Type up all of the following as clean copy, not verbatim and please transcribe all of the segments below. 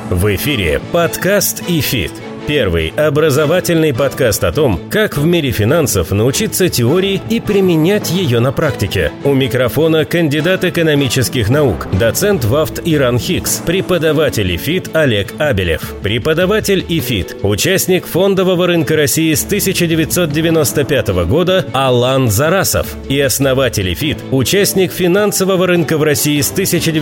В эфире подкаст «ИФИТ». Первый образовательный подкаст о том, как в мире финансов научиться теории и применять ее на практике. У микрофона кандидат экономических наук, доцент ВАФТ Иран Хикс, преподаватель ИФИТ Олег Абелев. Преподаватель ИФИТ, участник фондового рынка России с 1995 года Алан Зарасов и основатель ИФИТ, участник финансового рынка в России с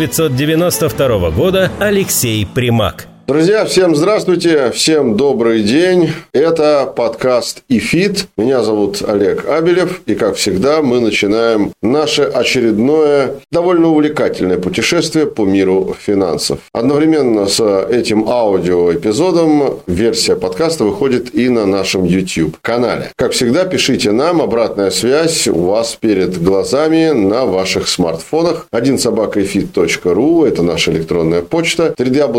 1992 года Алексей Примак. Друзья, всем здравствуйте, всем добрый день. Это подкаст ИФИТ. Меня зовут Олег Абелев. И, как всегда, мы начинаем наше очередное, довольно увлекательное путешествие по миру финансов. Одновременно с этим аудиоэпизодом версия подкаста выходит и на нашем YouTube-канале. Как всегда, пишите нам, обратная связь у вас перед глазами на ваших смартфонах. 1собакаifit.ru – это наша электронная почта.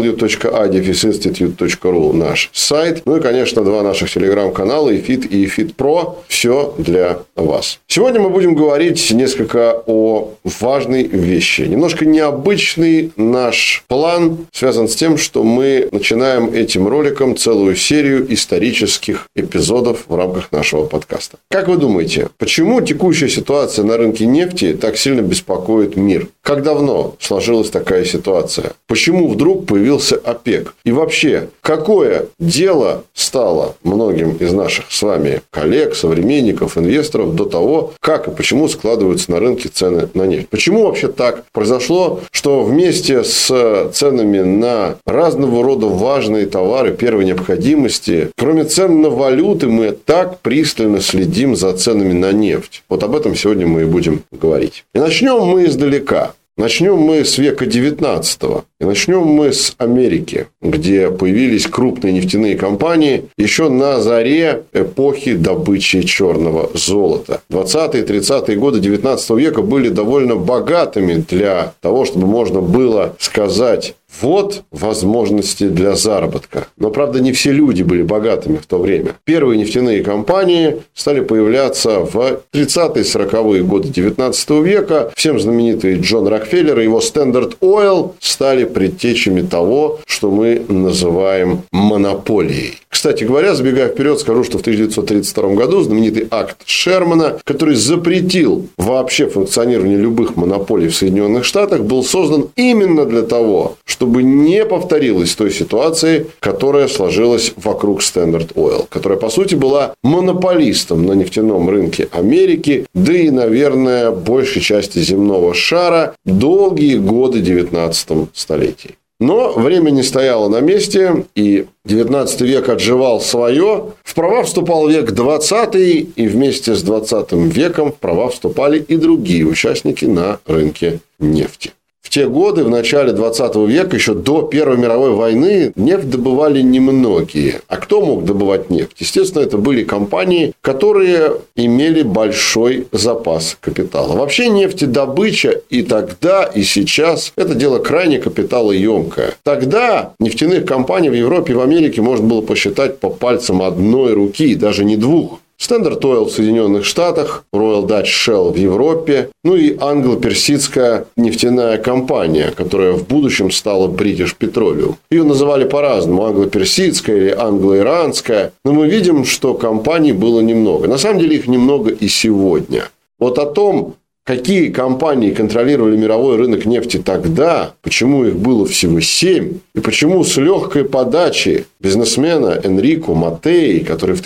www.adi-institute.ru наш сайт. Ну и, конечно, два наших телеграм-канала ИФИТ и ИФИТ Про. Все для вас. Сегодня мы будем говорить несколько о важной вещи. Немножко необычный наш план связан с тем, что мы начинаем этим роликом целую серию исторических эпизодов в рамках нашего подкаста. Как вы думаете, почему текущая ситуация на рынке нефти так сильно беспокоит мир? Как давно сложилась такая ситуация? Почему вдруг появился ОПЕК? И вообще, какое дело стало многим из наших с вами коллег, современников, инвесторов до того, как и почему складываются на рынке цены на нефть? Почему вообще так произошло, что вместе с ценами на разного рода важные товары первой необходимости, кроме цен на валюты, мы так пристально следим за ценами на нефть? Вот об этом сегодня мы и будем говорить. И начнем мы издалека. Начнем мы с века 19-го. И начнем мы с Америки, где появились крупные нефтяные компании еще на заре эпохи добычи черного золота. 20-е и 30-е годы 19 века были довольно богатыми для того, чтобы можно было сказать: вот возможности для заработка. Но, правда, не все люди были богатыми в то время. Первые нефтяные компании стали появляться в 30-е и 40-е годы 19 века. Всем знаменитый Джон Рокфеллер и его Standard Oil стали предтечами того, что мы называем монополией. Кстати говоря, забегая вперед, скажу, что в 1932 году знаменитый акт Шермана, который запретил вообще функционирование любых монополий в Соединенных Штатах, был создан именно для того, чтобы не повторилась той ситуации, которая сложилась вокруг Standard Oil, которая, по сути, была монополистом на нефтяном рынке Америки, да и, наверное, большей части земного шара долгие годы 19 столетия. Но время не стояло на месте, и 19 век отживал свое. В права вступал век 20, и вместе с 20 веком в права вступали и другие участники на рынке нефти. В те годы, в начале 20 века, еще до Первой мировой войны, нефть добывали немногие. А кто мог добывать нефть? Естественно, это были компании, которые имели большой запас капитала. Вообще, нефтедобыча и тогда, и сейчас – это дело крайне капиталоемкое. Тогда нефтяных компаний в Европе и в Америке можно было посчитать по пальцам одной руки, даже не двух. Standard Oil в Соединенных Штатах, Royal Dutch Shell в Европе, ну и англо-персидская нефтяная компания, которая в будущем стала British Petroleum. Ее называли по-разному, англо-персидская или англо-иранская, но мы видим, что компаний было немного. На самом деле их немного и сегодня. Вот о том, какие компании контролировали мировой рынок нефти тогда, почему их было всего 7, и почему с легкой подачи бизнесмена Энрико Маттеи, который в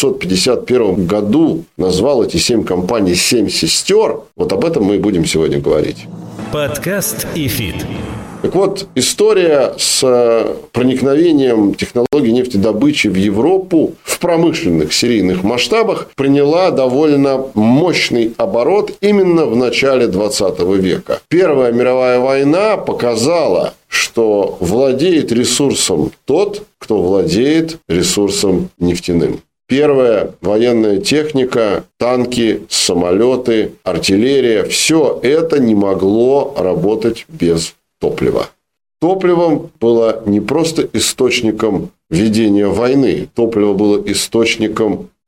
1951 году назвал эти 7 компаний 7 сестер, вот об этом мы и будем сегодня говорить. Подкаст ИФИТ. Так вот, история с проникновением технологий нефтедобычи в Европу в промышленных серийных масштабах приняла довольно мощный оборот именно в начале 20 века. Первая мировая война показала, что владеет ресурсом тот, кто владеет ресурсом нефтяным. Первая военная техника, танки, самолеты, артиллерия – все это не могло работать без топлива. Топливом было не просто источником ведения войны. Топливо было источником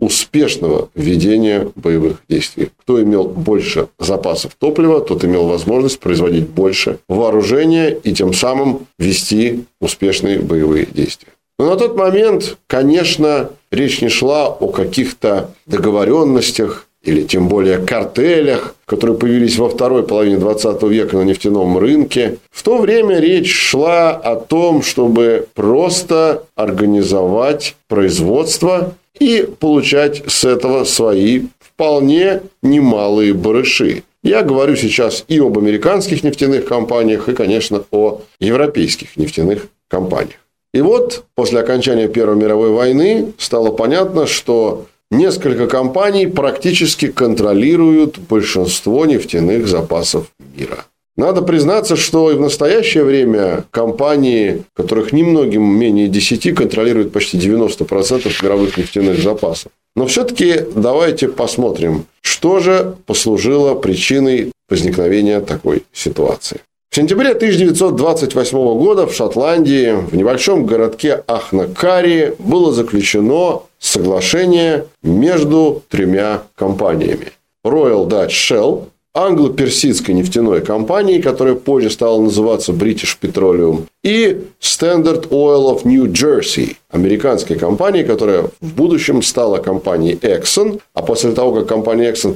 успешного ведения боевых действий. Кто имел больше запасов топлива, тот имел возможность производить больше вооружения и тем самым вести успешные боевые действия. Но на тот момент, конечно, речь не шла о каких-то договоренностях или тем более картелях, которые появились во второй половине 20 века на нефтяном рынке. В то время речь шла о том, чтобы просто организовать производство и получать с этого свои вполне немалые барыши. Я говорю сейчас и об американских нефтяных компаниях, и, конечно, о европейских нефтяных компаниях. И вот после окончания Первой мировой войны стало понятно, что несколько компаний практически контролируют большинство нефтяных запасов мира. Надо признаться, что и в настоящее время компании, которых немногим менее 10, контролируют почти 90% мировых нефтяных запасов. Но все-таки давайте посмотрим, что же послужило причиной возникновения такой ситуации. В сентябре 1928 года в Шотландии, в небольшом городке Ахнакари, было заключено соглашение между тремя компаниями. Royal Dutch Shell, англо-персидской нефтяной компанией, которая позже стала называться British Petroleum, и Standard Oil of New Jersey, американской компанией, которая в будущем стала компанией Exxon, а после того, как компания Exxon в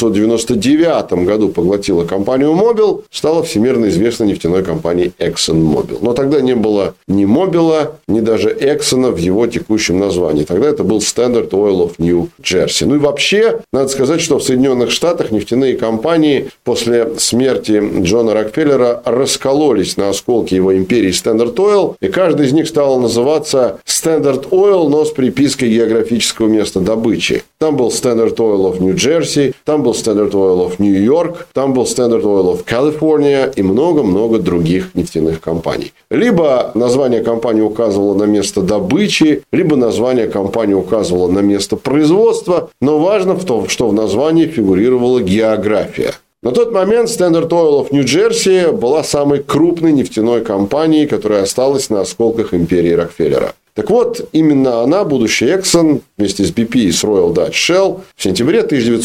1999 году поглотила компанию Mobil, стала всемирно известной нефтяной компанией ExxonMobil. Но тогда не было ни Mobil, ни даже Exxon в его текущем названии. Тогда это был Standard Oil of New Jersey. Ну и вообще, надо сказать, что в Соединенных Штатах нефтяные компании после смерти Джона Рокфеллера раскололись на осколки его империи Standard Oil, и каждый из них стал называться Standard Oil, но с припиской географического места добычи. Там был Standard Oil of New Jersey, там был Standard Oil of New York, там был Standard Oil of California и много-много других нефтяных компаний. Либо название компании указывало на место добычи, либо название компании указывало на место производства, но важно в том, что в названии фигурировала география. На тот момент Standard Oil of New Jersey была самой крупной нефтяной компанией, которая осталась на осколках империи Рокфеллера. Так вот, именно она, будущий Exxon, вместе с BP и с Royal Dutch Shell, в сентябре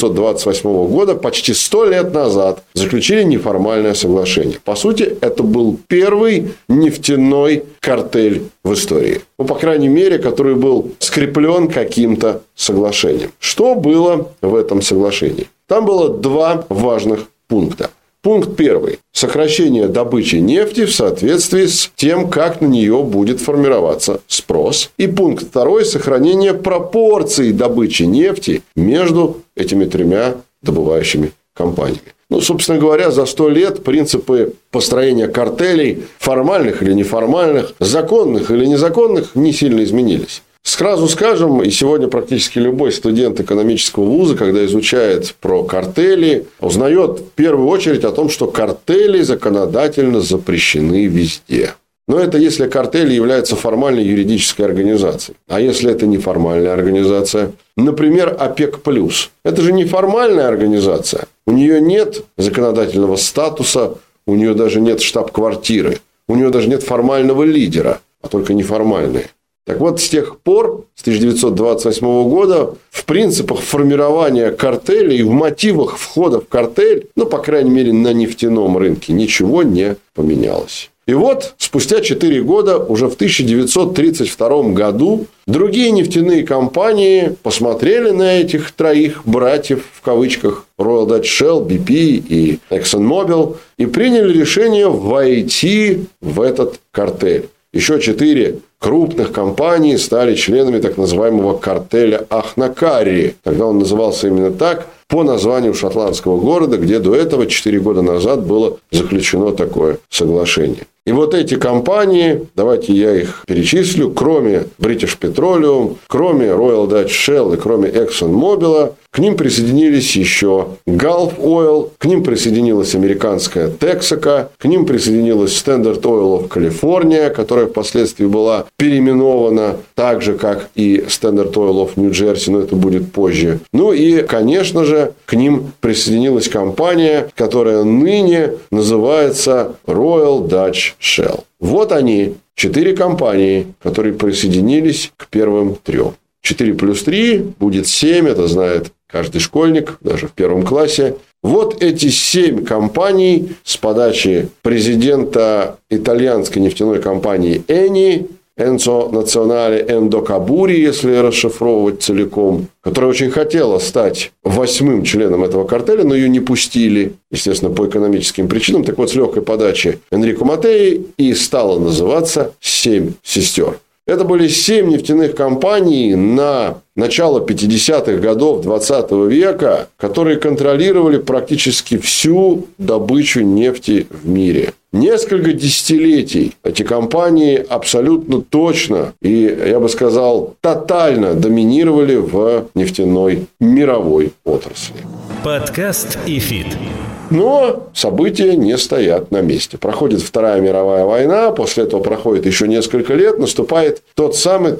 1928 года, почти 100 лет назад, заключили неформальное соглашение. По сути, это был первый нефтяной картель в истории. Ну, по крайней мере, который был скреплен каким-то соглашением. Что было в этом соглашении? Там было два важных пункта. Пункт первый. Сокращение добычи нефти в соответствии с тем, как на нее будет формироваться спрос. И пункт второй. Сохранение пропорций добычи нефти между этими тремя добывающими компаниями. Ну, собственно говоря, за 100 лет принципы построения картелей, формальных или неформальных, законных или незаконных, не сильно изменились. Сразу скажем, и сегодня практически любой студент экономического вуза, когда изучает про картели, узнает в первую очередь о том, что картели законодательно запрещены везде. Но это если картель является формальной юридической организацией. А если это неформальная организация? Например, ОПЕК+. Это же неформальная организация. У нее нет законодательного статуса, у нее даже нет штаб-квартиры, у нее даже нет формального лидера, а только неформальные. Так вот, с тех пор, с 1928 года, в принципах формирования картеля и в мотивах входа в картель, ну, по крайней мере, на нефтяном рынке, ничего не поменялось. И вот, спустя 4 года, уже в 1932 году, другие нефтяные компании посмотрели на этих троих братьев, в кавычках, Royal Dutch Shell, BP и ExxonMobil, и приняли решение войти в этот картель. Еще 4 крупных компаний стали членами так называемого картеля Ахнакари. Тогда он назывался именно так, по названию шотландского города, где до этого 4 года назад было заключено такое соглашение. И вот эти компании, давайте я их перечислю, кроме British Petroleum, кроме Royal Dutch Shell и кроме ExxonMobil, к ним присоединились еще Gulf Oil, к ним присоединилась американская Texaco, к ним присоединилась Standard Oil of California, которая впоследствии была переименована так же, как и Standard Oil of New Jersey, но это будет позже. Ну и, конечно же, к ним присоединилась компания, которая ныне называется Royal Dutch Shell. Вот они, 4 компании, которые присоединились к первым 3. 4 плюс 3 будет 7, это знает каждый школьник, даже в 1 классе. Вот эти 7 компаний с подачи президента итальянской нефтяной компании Eni, Enso Nazionale Endocarburi, если расшифровывать целиком, которая очень хотела стать 8-м членом этого картеля, но ее не пустили, естественно, по экономическим причинам. Так вот, с легкой подачи Энрико Маттеи и стала называться «7 сестер». Это были 7 нефтяных компаний на начало 50-х годов 20 века, которые контролировали практически всю добычу нефти в мире. Несколько десятилетий эти компании абсолютно точно и, я бы сказал, тотально доминировали в нефтяной мировой отрасли. Подкаст «ИФИТ». Но события не стоят на месте. Проходит Вторая мировая война, после этого проходит еще несколько лет, наступает тот самый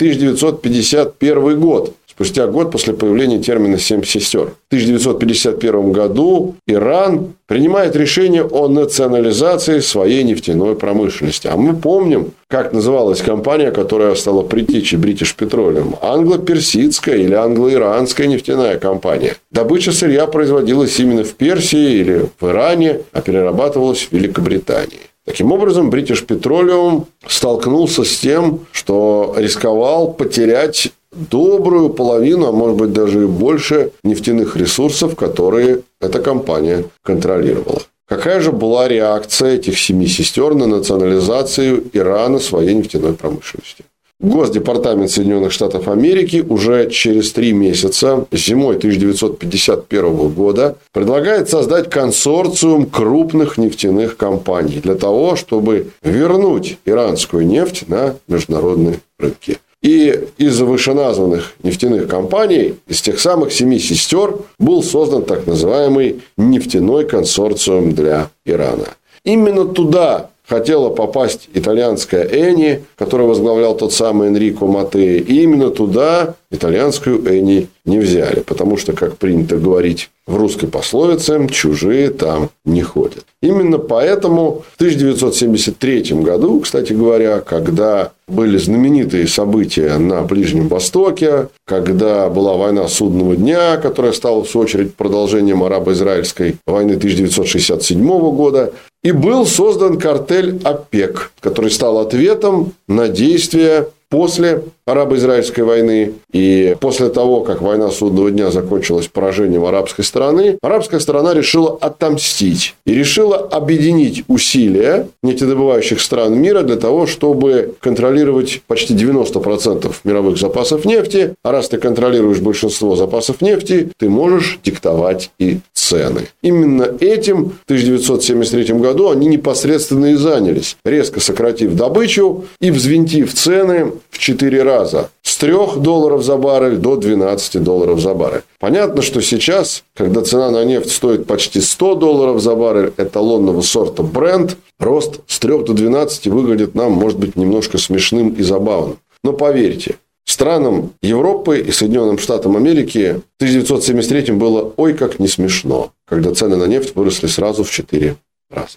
1951 год. Спустя год после появления термина «7 сестер». В 1951 году Иран принимает решение о национализации своей нефтяной промышленности. А мы помним, как называлась компания, которая стала предтечей British Petroleum. Англо-персидская или англо-иранская нефтяная компания. Добыча сырья производилась именно в Персии или в Иране, а перерабатывалась в Великобритании. Таким образом, British Petroleum столкнулся с тем, что рисковал потерять добрую половину, а может быть даже и больше нефтяных ресурсов, которые эта компания контролировала. Какая же была реакция этих 7 сестер на национализацию Ирана своей нефтяной промышленности? Госдепартамент Соединенных Штатов Америки уже через 3 месяца, зимой 1951 года, предлагает создать консорциум крупных нефтяных компаний для того, чтобы вернуть иранскую нефть на международные рынки. И из вышеназванных нефтяных компаний, из тех самых 7 сестер, был создан так называемый нефтяной консорциум для Ирана. Именно туда хотела попасть итальянская Eni, которую возглавлял тот самый Энрико Маттеи. И именно туда итальянскую Eni не взяли. Потому что, как принято говорить в русской пословице, чужие там не ходят. Именно поэтому в 1973 году, кстати говоря, когда были знаменитые события на Ближнем Востоке, когда была война Судного дня, которая стала, в свою очередь, продолжением арабо-израильской войны 1967 года, и был создан картель ОПЕК, который стал ответом на действия после арабо-израильской войны и после того, как война Судного дня закончилась поражением арабской стороны, арабская сторона решила отомстить и решила объединить усилия нефтедобывающих стран мира для того, чтобы контролировать почти 90% мировых запасов нефти. А раз ты контролируешь большинство запасов нефти, ты можешь диктовать и цены. Именно этим в 1973 году они непосредственно и занялись, резко сократив добычу и взвинтив цены в 4 раза. С $3 за баррель до $12 за баррель. Понятно, что сейчас, когда цена на нефть стоит почти $100 за баррель эталонного сорта Brent, рост с 3 до 12 выглядит нам, может быть, немножко смешным и забавным. Но поверьте, странам Европы и Соединенным Штатам Америки в 1973 было ой как не смешно, когда цены на нефть выросли сразу в 4 раза.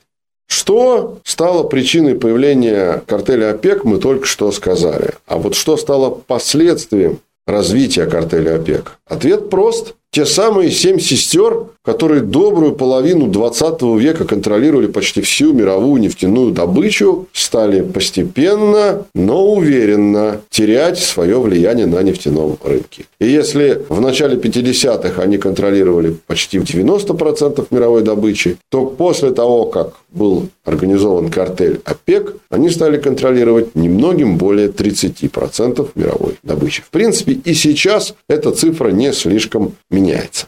Что стало причиной появления картеля ОПЕК, мы только что сказали. А вот что стало последствием развития картеля ОПЕК? Ответ прост. Те самые 7 сестер, которые добрую половину 20 века контролировали почти всю мировую нефтяную добычу, стали постепенно, но уверенно терять свое влияние на нефтяном рынке. И если в начале 50-х они контролировали почти 90% мировой добычи, то после того, как был организован картель ОПЕК, они стали контролировать немногим более 30% мировой добычи. В принципе, и сейчас эта цифра не слишком меняется.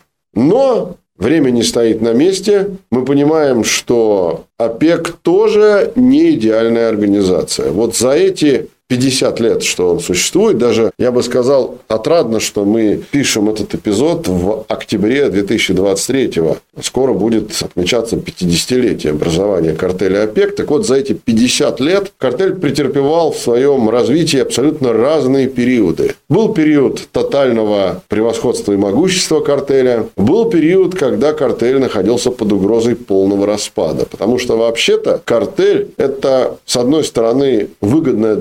Но время не стоит на месте. Мы понимаем, что ОПЕК тоже не идеальная организация. Вот за эти 50 лет, что он существует, даже, я бы сказал, отрадно, что мы пишем этот эпизод в октябре 2023-го. Скоро будет отмечаться 50-летие образования картеля ОПЕК. Так вот, за эти 50 лет картель претерпевал в своем развитии абсолютно разные периоды. Был период тотального превосходства и могущества картеля. Был период, когда картель находился под угрозой полного распада. Потому что, вообще-то, картель – это, с одной стороны, выгодная для всех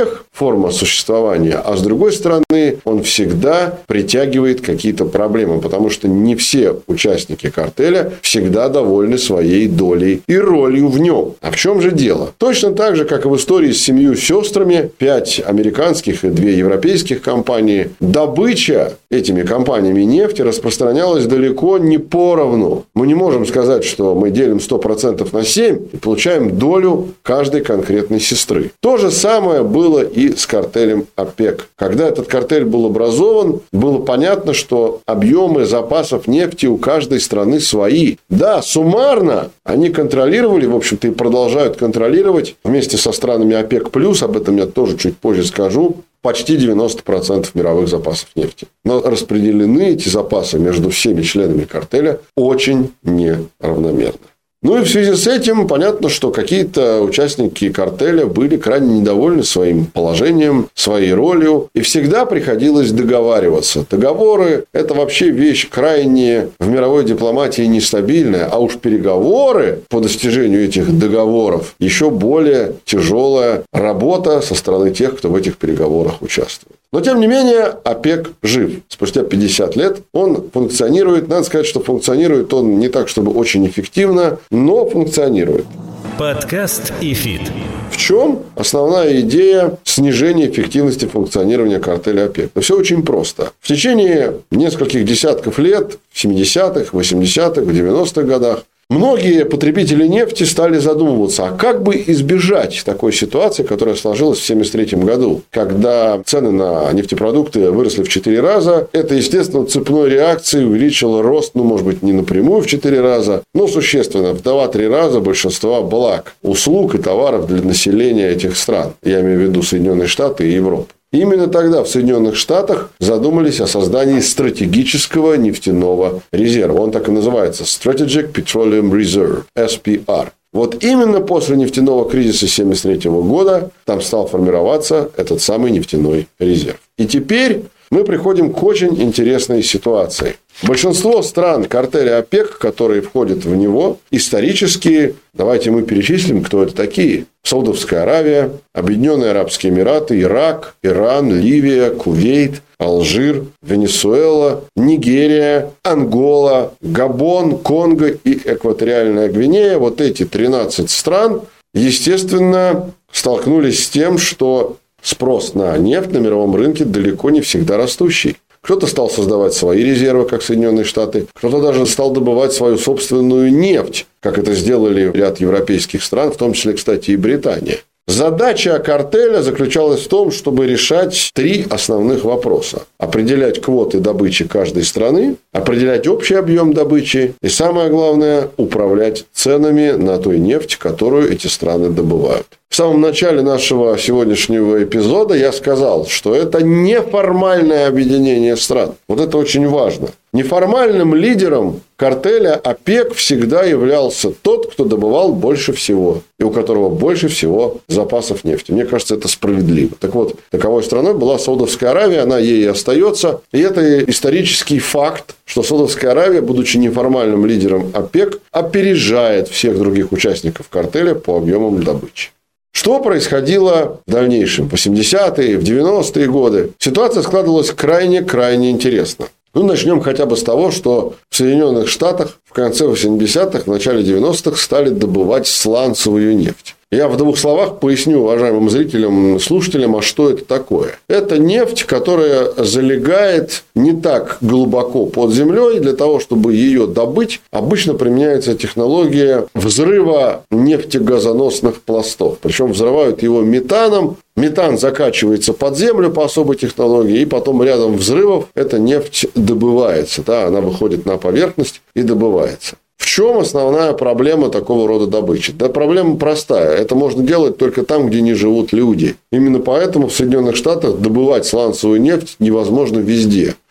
всех форма существования, а с другой стороны, он всегда притягивает какие-то проблемы, потому что не все участники картеля всегда довольны своей долей и ролью в нем. А в чем же дело? Точно так же, как и в истории с 7 сестрами, 5 американских и 2 европейских компаний, добыча этими компаниями нефти распространялась далеко не поровну. Мы не можем сказать, что мы делим 100% на 7 и получаем долю каждой конкретной сестры. То же самое было и с картелем ОПЕК. Когда этот картель был образован, было понятно, что объемы запасов нефти у каждой страны свои. Да, суммарно они контролировали, в общем-то, и продолжают контролировать вместе со странами ОПЕК+, об этом я тоже чуть позже скажу, почти 90% мировых запасов нефти. Но распределены эти запасы между всеми членами картеля очень неравномерно. Ну и в связи с этим понятно, что какие-то участники картеля были крайне недовольны своим положением, своей ролью. И всегда приходилось договариваться. Договоры – это вообще вещь крайне в мировой дипломатии нестабильная. А уж переговоры по достижению этих договоров – еще более тяжелая работа со стороны тех, кто в этих переговорах участвует. Но, тем не менее, ОПЕК жив. Спустя 50 лет он функционирует. Надо сказать, что функционирует он не так, чтобы очень эффективно, но функционирует. Подкаст «ИФИТ». В чем основная идея снижения эффективности функционирования картеля ОПЕК? Да все очень просто. В течение нескольких десятков лет, в 70-х, 80-х, в 90-х годах, многие потребители нефти стали задумываться, а как бы избежать такой ситуации, которая сложилась в 1973 году, когда цены на нефтепродукты выросли в 4 раза. Это, естественно, цепной реакцией увеличило рост, может быть, не напрямую в 4 раза, но существенно, в 2-3 раза большинства благ, услуг и товаров для населения этих стран. Я имею в виду Соединенные Штаты и Европу. Именно тогда в Соединенных Штатах задумались о создании стратегического нефтяного резерва. Он так и называется – Strategic Petroleum Reserve, SPR. Вот именно после нефтяного кризиса 1973 года там стал формироваться этот самый нефтяной резерв. И теперь мы приходим к очень интересной ситуации. Большинство стран картеля ОПЕК, которые входят в него, исторически, давайте мы перечислим, кто это такие. Саудовская Аравия, Объединенные Арабские Эмираты, Ирак, Иран, Ливия, Кувейт, Алжир, Венесуэла, Нигерия, Ангола, Габон, Конго и Экваториальная Гвинея. Вот эти 13 стран, естественно, столкнулись с тем, что спрос на нефть на мировом рынке далеко не всегда растущий. Кто-то стал создавать свои резервы, как Соединенные Штаты. Кто-то даже стал добывать свою собственную нефть, как это сделали ряд европейских стран, в том числе, кстати, и Британия. Задача картеля заключалась в том, чтобы решать 3 основных вопроса. Определять квоты добычи каждой страны, определять общий объем добычи и, самое главное, управлять ценами на той нефть, которую эти страны добывают. В самом начале нашего сегодняшнего эпизода я сказал, что это неформальное объединение стран. Вот это очень важно. Неформальным лидером картеля ОПЕК всегда являлся тот, кто добывал больше всего и у которого больше всего запасов нефти. Мне кажется, это справедливо. Так вот, таковой страной была Саудовская Аравия, она ей и остается. И это исторический факт, что Саудовская Аравия, будучи неформальным лидером ОПЕК, опережает всех других участников картеля по объемам добычи. Что происходило в дальнейшем? В 80-е, в 90-е годы ситуация складывалась крайне интересно. Начнем хотя бы с того, что в Соединенных Штатах в конце 80-х, в начале 90-х стали добывать сланцевую нефть. Я в 2 словах поясню уважаемым зрителям, слушателям, а что это такое. Это нефть, которая залегает не так глубоко под землей. Для того, чтобы ее добыть, обычно применяется технология взрыва нефтегазоносных пластов. Причем взрывают его метаном. Метан закачивается под землю по особой технологии, и потом рядом взрывов эта нефть добывается. Да, она выходит на поверхность и добывается. В чем основная проблема такого рода добычи? Да, проблема простая. Это можно делать только там, где не живут люди. Именно поэтому в Соединенных Штатах добывать сланцевую нефть невозможно везде.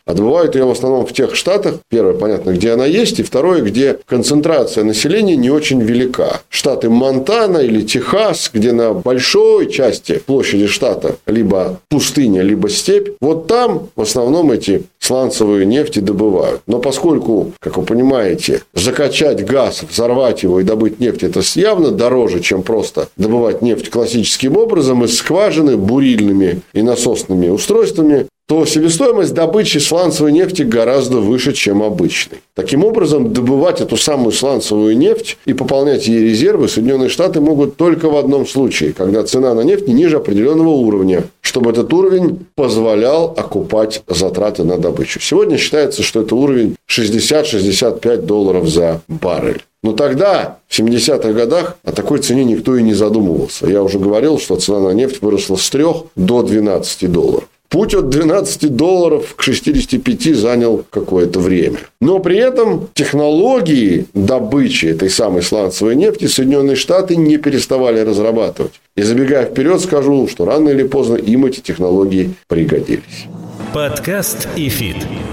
А добывают ее в основном в тех штатах, первое, понятно, где она есть, и второе, где концентрация населения не очень велика. Штаты Монтана или Техас, где на большой части площади штата либо пустыня, либо степь, вот там в основном эти сланцевые нефти добывают. Но поскольку, как вы понимаете, закачать газ, взорвать его и добыть нефть, это явно дороже, чем просто добывать нефть классическим образом из скважины бурильными и насосными устройствами, то себестоимость добычи сланцевой нефти гораздо выше, чем обычной. Таким образом, добывать эту самую сланцевую нефть и пополнять ей резервы Соединенные Штаты могут только в одном случае, когда цена на нефть не ниже определенного уровня, чтобы этот уровень позволял окупать затраты на добычу. Сегодня считается, что это уровень $60-65 за баррель. Но тогда, в 70-х годах, о такой цене никто и не задумывался. Я уже говорил, что цена на нефть выросла с $3 до $12. Путь от $12 к 65 занял какое-то время. Но при этом технологии добычи этой самой сланцевой нефти Соединенные Штаты не переставали разрабатывать. И забегая вперед, скажу, что рано или поздно им эти технологии пригодились. Подкаст «ИФИТ».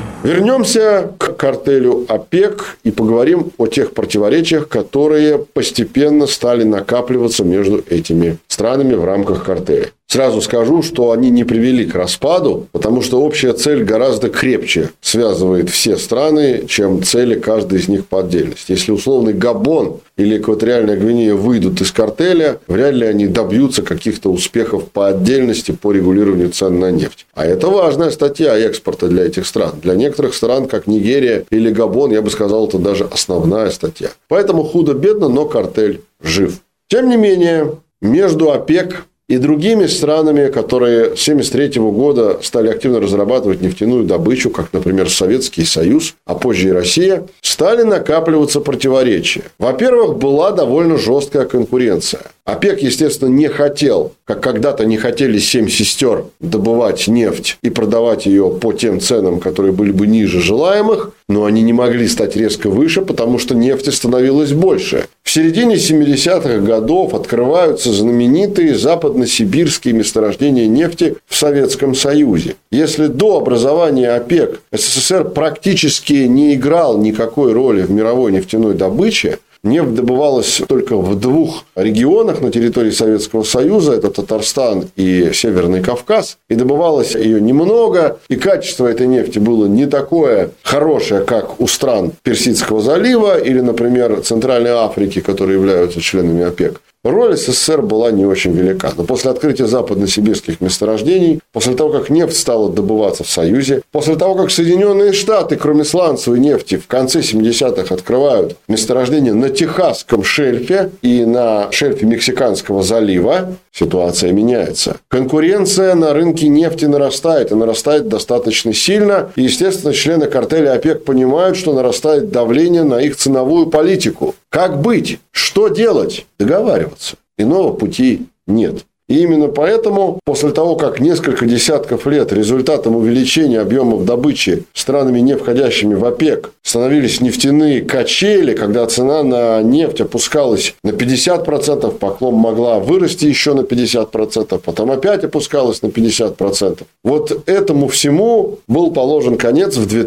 Вернемся к картелю ОПЕК и поговорим о тех противоречиях, которые постепенно стали накапливаться между этими странами в рамках картеля. Сразу скажу, что они не привели к распаду, потому что общая цель гораздо крепче связывает все страны, чем цели каждой из них по отдельности. Если условный Габон или Экваториальная Гвинея выйдут из картеля, вряд ли они добьются каких-то успехов по отдельности по регулированию цен на нефть. А это важная статья экспорта для этих стран. Для некоторых стран, как Нигерия или Габон, я бы сказал, это даже основная статья. Поэтому худо-бедно, но картель жив. Тем не менее, между ОПЕК и другими странами, которые с 1973 года стали активно разрабатывать нефтяную добычу, как, например, Советский Союз, а позже и Россия, стали накапливаться противоречия. Во-первых, была довольно жесткая конкуренция. ОПЕК, естественно, не хотел, как когда-то не хотели 7 сестер, добывать нефть и продавать ее по тем ценам, которые были бы ниже желаемых, но они не могли стать резко выше, потому что нефти становилось больше. В середине 70-х годов открываются знаменитые западно-сибирские месторождения нефти в Советском Союзе. Если до образования ОПЕК СССР практически не играл никакой роли в мировой нефтяной добыче, нефть добывалась только в 2 регионах на территории Советского Союза, это Татарстан и Северный Кавказ, и добывалось ее немного, и качество этой нефти было не такое хорошее, как у стран Персидского залива или, например, Центральной Африки, которые являются членами ОПЕК. Роль СССР была не очень велика. Но после открытия западно-сибирских месторождений, после того, как нефть стала добываться в Союзе, после того, как Соединенные Штаты, кроме сланцевой нефти, в конце 70-х открывают месторождения на Техасском шельфе и на шельфе Мексиканского залива, ситуация меняется. Конкуренция на рынке нефти нарастает, и нарастает достаточно сильно. И, естественно, члены картеля ОПЕК понимают, что нарастает давление на их ценовую политику. Как быть? Что делать? Договариваться. Иного пути нет. И именно поэтому, после того, как несколько десятков лет результатом увеличения объемов добычи странами, не входящими в ОПЕК, становились нефтяные качели, когда цена на нефть опускалась на 50%, потом могла вырасти еще на 50%, потом опять опускалась на 50%. Вот этому всему был положен конец в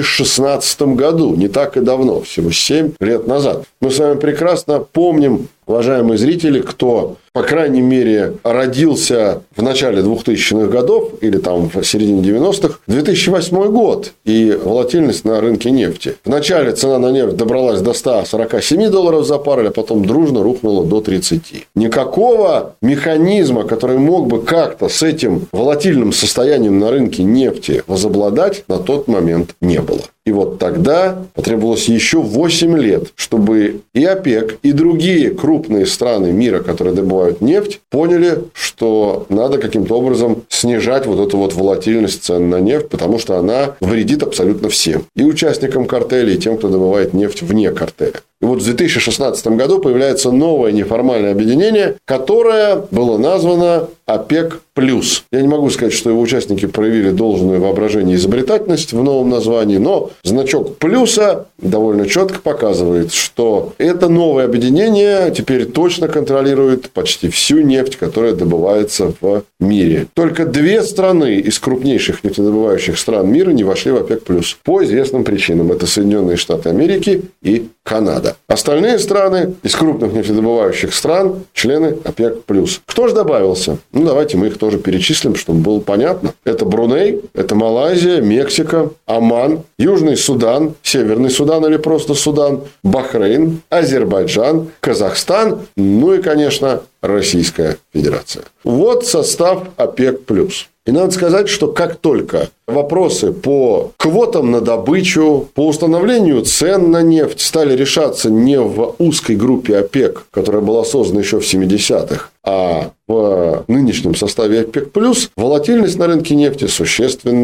2016 году, не так и давно, всего 7 лет назад. Мы с вами прекрасно помним, уважаемые зрители, кто, по крайней мере, родился в начале 2000-х годов или там в середине 90-х, 2008 год и волатильность на рынке нефти. Вначале цена на нефть добралась до $147 за баррель, а потом дружно рухнула до 30. Никакого механизма, который мог бы как-то с этим волатильным состоянием на рынке нефти возобладать, на тот момент не было. И вот тогда потребовалось еще 8 лет, чтобы и ОПЕК, и другие крупные страны мира, которые добывают нефть, поняли, что надо каким-то образом снижать вот эту вот волатильность цен на нефть, потому что она вредит абсолютно всем. И участникам картеля, и тем, кто добывает нефть вне картеля. И вот в 2016 году появляется новое неформальное объединение, которое было названо ОПЕК+. Я не могу сказать, что его участники проявили должное воображение и изобретательность в новом названии, но значок плюса довольно четко показывает, что это новое объединение теперь точно контролирует почти всю нефть, которая добывается в мире. Только 2 страны из крупнейших нефтедобывающих стран мира не вошли в ОПЕК+. По известным причинам. Это Соединенные Штаты Америки и Канада. Остальные страны из крупных нефтедобывающих стран – члены ОПЕК+. Кто же добавился? Давайте мы их тоже перечислим, чтобы было понятно. Это Бруней, это Малайзия, Мексика, Оман, Южный Судан, Северный Судан или просто Судан, Бахрейн, Азербайджан, Казахстан, ну и, конечно, Российская Федерация. Вот состав ОПЕК+. И надо сказать, что как только вопросы по квотам на добычу, по установлению цен на нефть стали решаться не в узкой группе ОПЕК, которая была создана еще в 70-х, а в нынешнем составе ОПЕК+, волатильность на рынке нефти существенно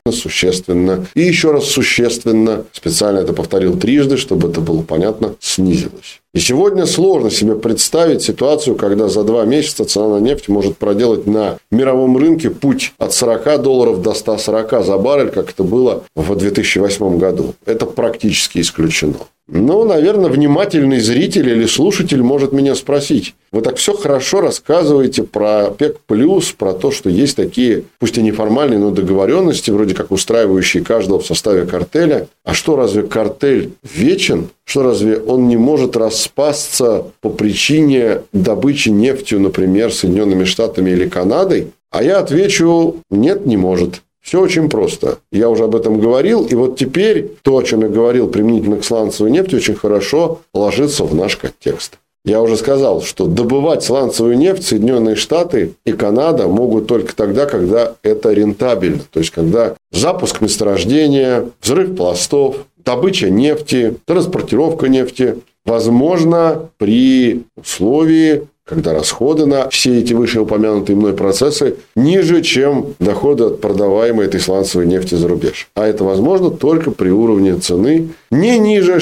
и еще раз существенно, специально это повторил трижды, чтобы это было понятно, снизилась. И сегодня сложно себе представить ситуацию, когда за 2 месяца цена на нефть может проделать на мировом рынке путь от $40 до 140 за баррель, как это было в 2008 году. Это практически исключено. Ну, наверное, внимательный зритель или слушатель может меня спросить: вы так все хорошо рассказываете про ОПЕК+, про то, что есть такие, пусть и неформальные, но договоренности, вроде как устраивающие каждого в составе картеля. А что, разве картель вечен? Что, разве он не может распасться по причине добычи нефтью, например, Соединенными Штатами или Канадой? А я отвечу: нет, не может. Все очень просто. Я уже об этом говорил. И вот теперь то, о чем я говорил применительно к сланцевой нефти, очень хорошо ложится в наш контекст. Я уже сказал, что добывать сланцевую нефть Соединенные Штаты и Канада могут только тогда, когда это рентабельно. То есть, когда запуск месторождения, взрыв пластов, добыча нефти, транспортировка нефти возможно при условии, когда расходы на все эти вышеупомянутые мной процессы ниже, чем доходы от продаваемой этой сланцевой нефти за рубеж. А это возможно только при уровне цены не ниже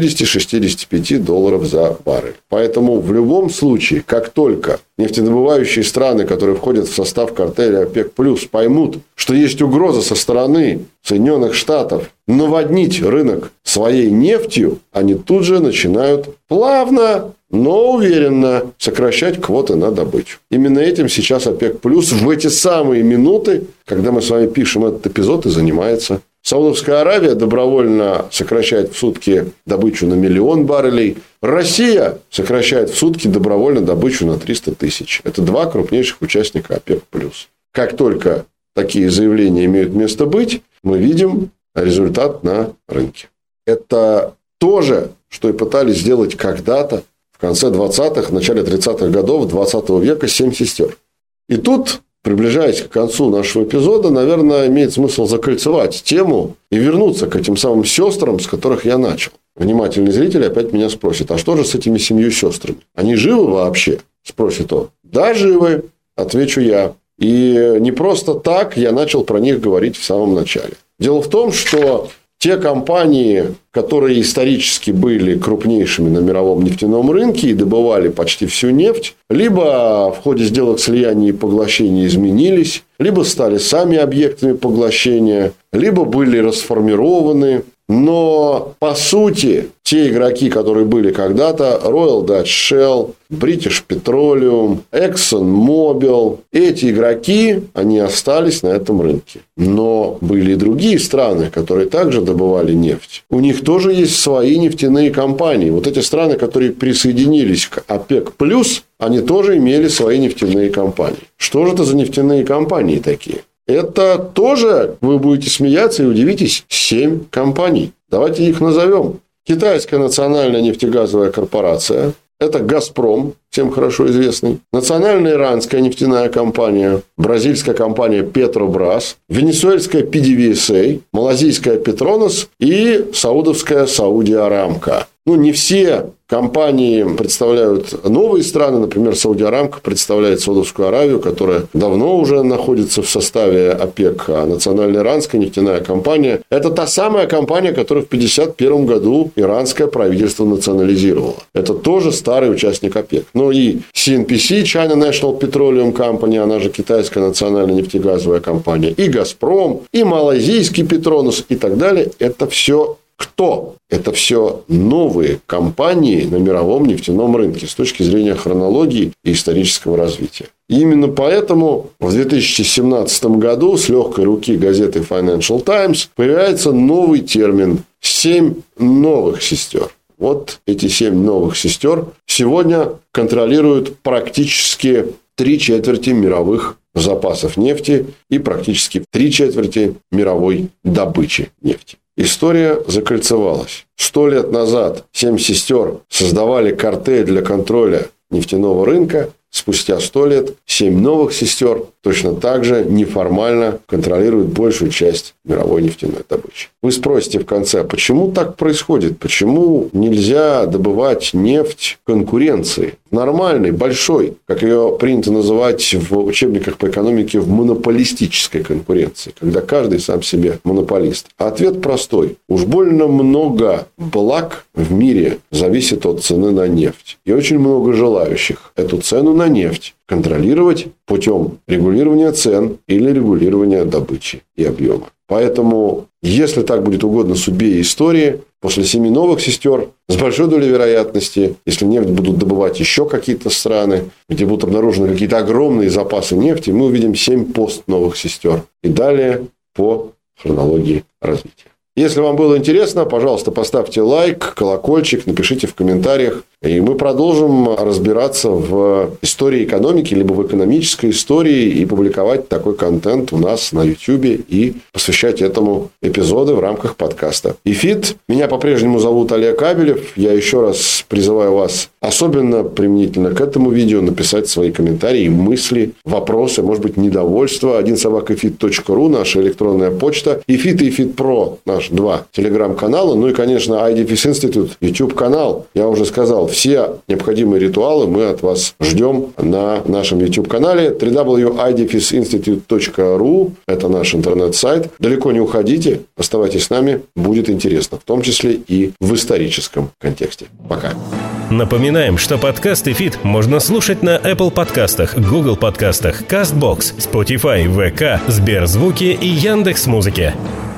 $60-65 за баррель. Поэтому в любом случае, как только нефтедобывающие страны, которые входят в состав картеля ОПЕК+, поймут, что есть угроза со стороны Соединенных Штатов наводнить рынок своей нефтью, они тут же начинают плавно, но уверенно сокращать квоты на добычу. Именно этим сейчас ОПЕК+ в эти самые минуты, когда мы с вами пишем этот эпизод, и занимается. Саудовская Аравия добровольно сокращает в сутки добычу на 1 миллион баррелей. Россия сокращает в сутки добровольно добычу на 300 тысяч. Это 2 крупнейших участника ОПЕК+. Как только такие заявления имеют место быть, мы видим результат на рынке. Это то же, что и пытались сделать когда-то в конце 20-х, начале 30-х годов 20 века 7 сестер. И тут, приближаясь к концу нашего эпизода, наверное, имеет смысл закольцевать тему и вернуться к этим самым сестрам, с которых я начал. Внимательный зритель опять меня спросит: а что же с этими 7 сестрами? Они живы вообще? Спросит он. Да, живы, отвечу я. И не просто так я начал про них говорить в самом начале. Дело в том, что те компании, которые исторически были крупнейшими на мировом нефтяном рынке и добывали почти всю нефть, либо в ходе сделок слияния и поглощения изменились, либо стали сами объектами поглощения, либо были расформированы. Но, по сути, те игроки, которые были когда-то, Royal Dutch Shell, British Petroleum, ExxonMobil, эти игроки, они остались на этом рынке. Но были и другие страны, которые также добывали нефть. У них тоже есть свои нефтяные компании. Вот эти страны, которые присоединились к ОПЕК+, они тоже имели свои нефтяные компании. Что же это за нефтяные компании такие? Это тоже, вы будете смеяться и удивитесь, 7 компаний. Давайте их назовем. Китайская национальная нефтегазовая корпорация. Это «Газпром», всем хорошо известный. Национальная иранская нефтяная компания. Бразильская компания «Петробрас». Венесуэльская PDVSA. Малазийская «Петронос». И саудовская «Сауди Арамко». Ну, не все компании представляют новые страны. Например, Саудиарамко представляет Саудовскую Аравию, которая давно уже находится в составе ОПЕК. А национальная иранская нефтяная компания – это та самая компания, которую в 1951 году иранское правительство национализировало. Это тоже старый участник ОПЕК. Но и CNPC, China National Petroleum Company, она же китайская национальная нефтегазовая компания, и «Газпром», и малайзийский «Петронус» и так далее – это все кто? Это все новые компании на мировом нефтяном рынке с точки зрения хронологии и исторического развития. И именно поэтому в 2017 году с легкой руки газеты Financial Times появляется новый термин «7 новых сестер». Вот эти 7 новых сестер сегодня контролируют практически 3/4 мировых запасов нефти и практически 3/4 мировой добычи нефти. История закольцевалась. 100 лет назад 7 сестер создавали картель для контроля нефтяного рынка. Спустя 100 лет 7 новых сестер точно так же неформально контролируют большую часть мировой нефтяной добычи. Вы спросите в конце, почему так происходит? Почему нельзя добывать нефть конкуренции? Нормальной, большой, как ее принято называть в учебниках по экономике, в монополистической конкуренции, когда каждый сам себе монополист. А ответ простой. Уж больно много благ в мире зависит от цены на нефть. И очень много желающих эту цену на нефть контролировать путем регулирования цен или регулирования добычи и объема. Поэтому, если так будет угодно судьбе и истории, после 7 новых сестер, с большой долей вероятности, если нефть будут добывать еще какие-то страны, где будут обнаружены какие-то огромные запасы нефти, мы увидим 7 постновых сестер. И далее по хронологии развития. Если вам было интересно, пожалуйста, поставьте лайк, колокольчик, напишите в комментариях. И мы продолжим разбираться в истории экономики, либо в экономической истории, и публиковать такой контент у нас на YouTube и посвящать этому эпизоды в рамках подкаста «ИФИТ». Меня по-прежнему зовут Олег Кабелев. Я еще раз призываю вас, особенно применительно к этому видео, написать свои комментарии, мысли, вопросы, может быть, недовольство. 1собакаifit.ru, наша электронная почта. ИФИТ и ИФИТ Про, наши 2 телеграм-канала. Ну и, конечно, IDFIS Institute, YouTube-канал. Я уже сказал, все необходимые ритуалы мы от вас ждем на нашем YouTube-канале www.idfisinstitute.ru. Это наш интернет-сайт. Далеко не уходите, оставайтесь с нами, будет интересно, в том числе и в историческом контексте. Пока. Напоминаем, что подкаст «ИФИТ» можно слушать на Apple подкастах, Google подкастах, CastBox, Spotify, ВК, Сберзвуки и Яндекс.Музыке.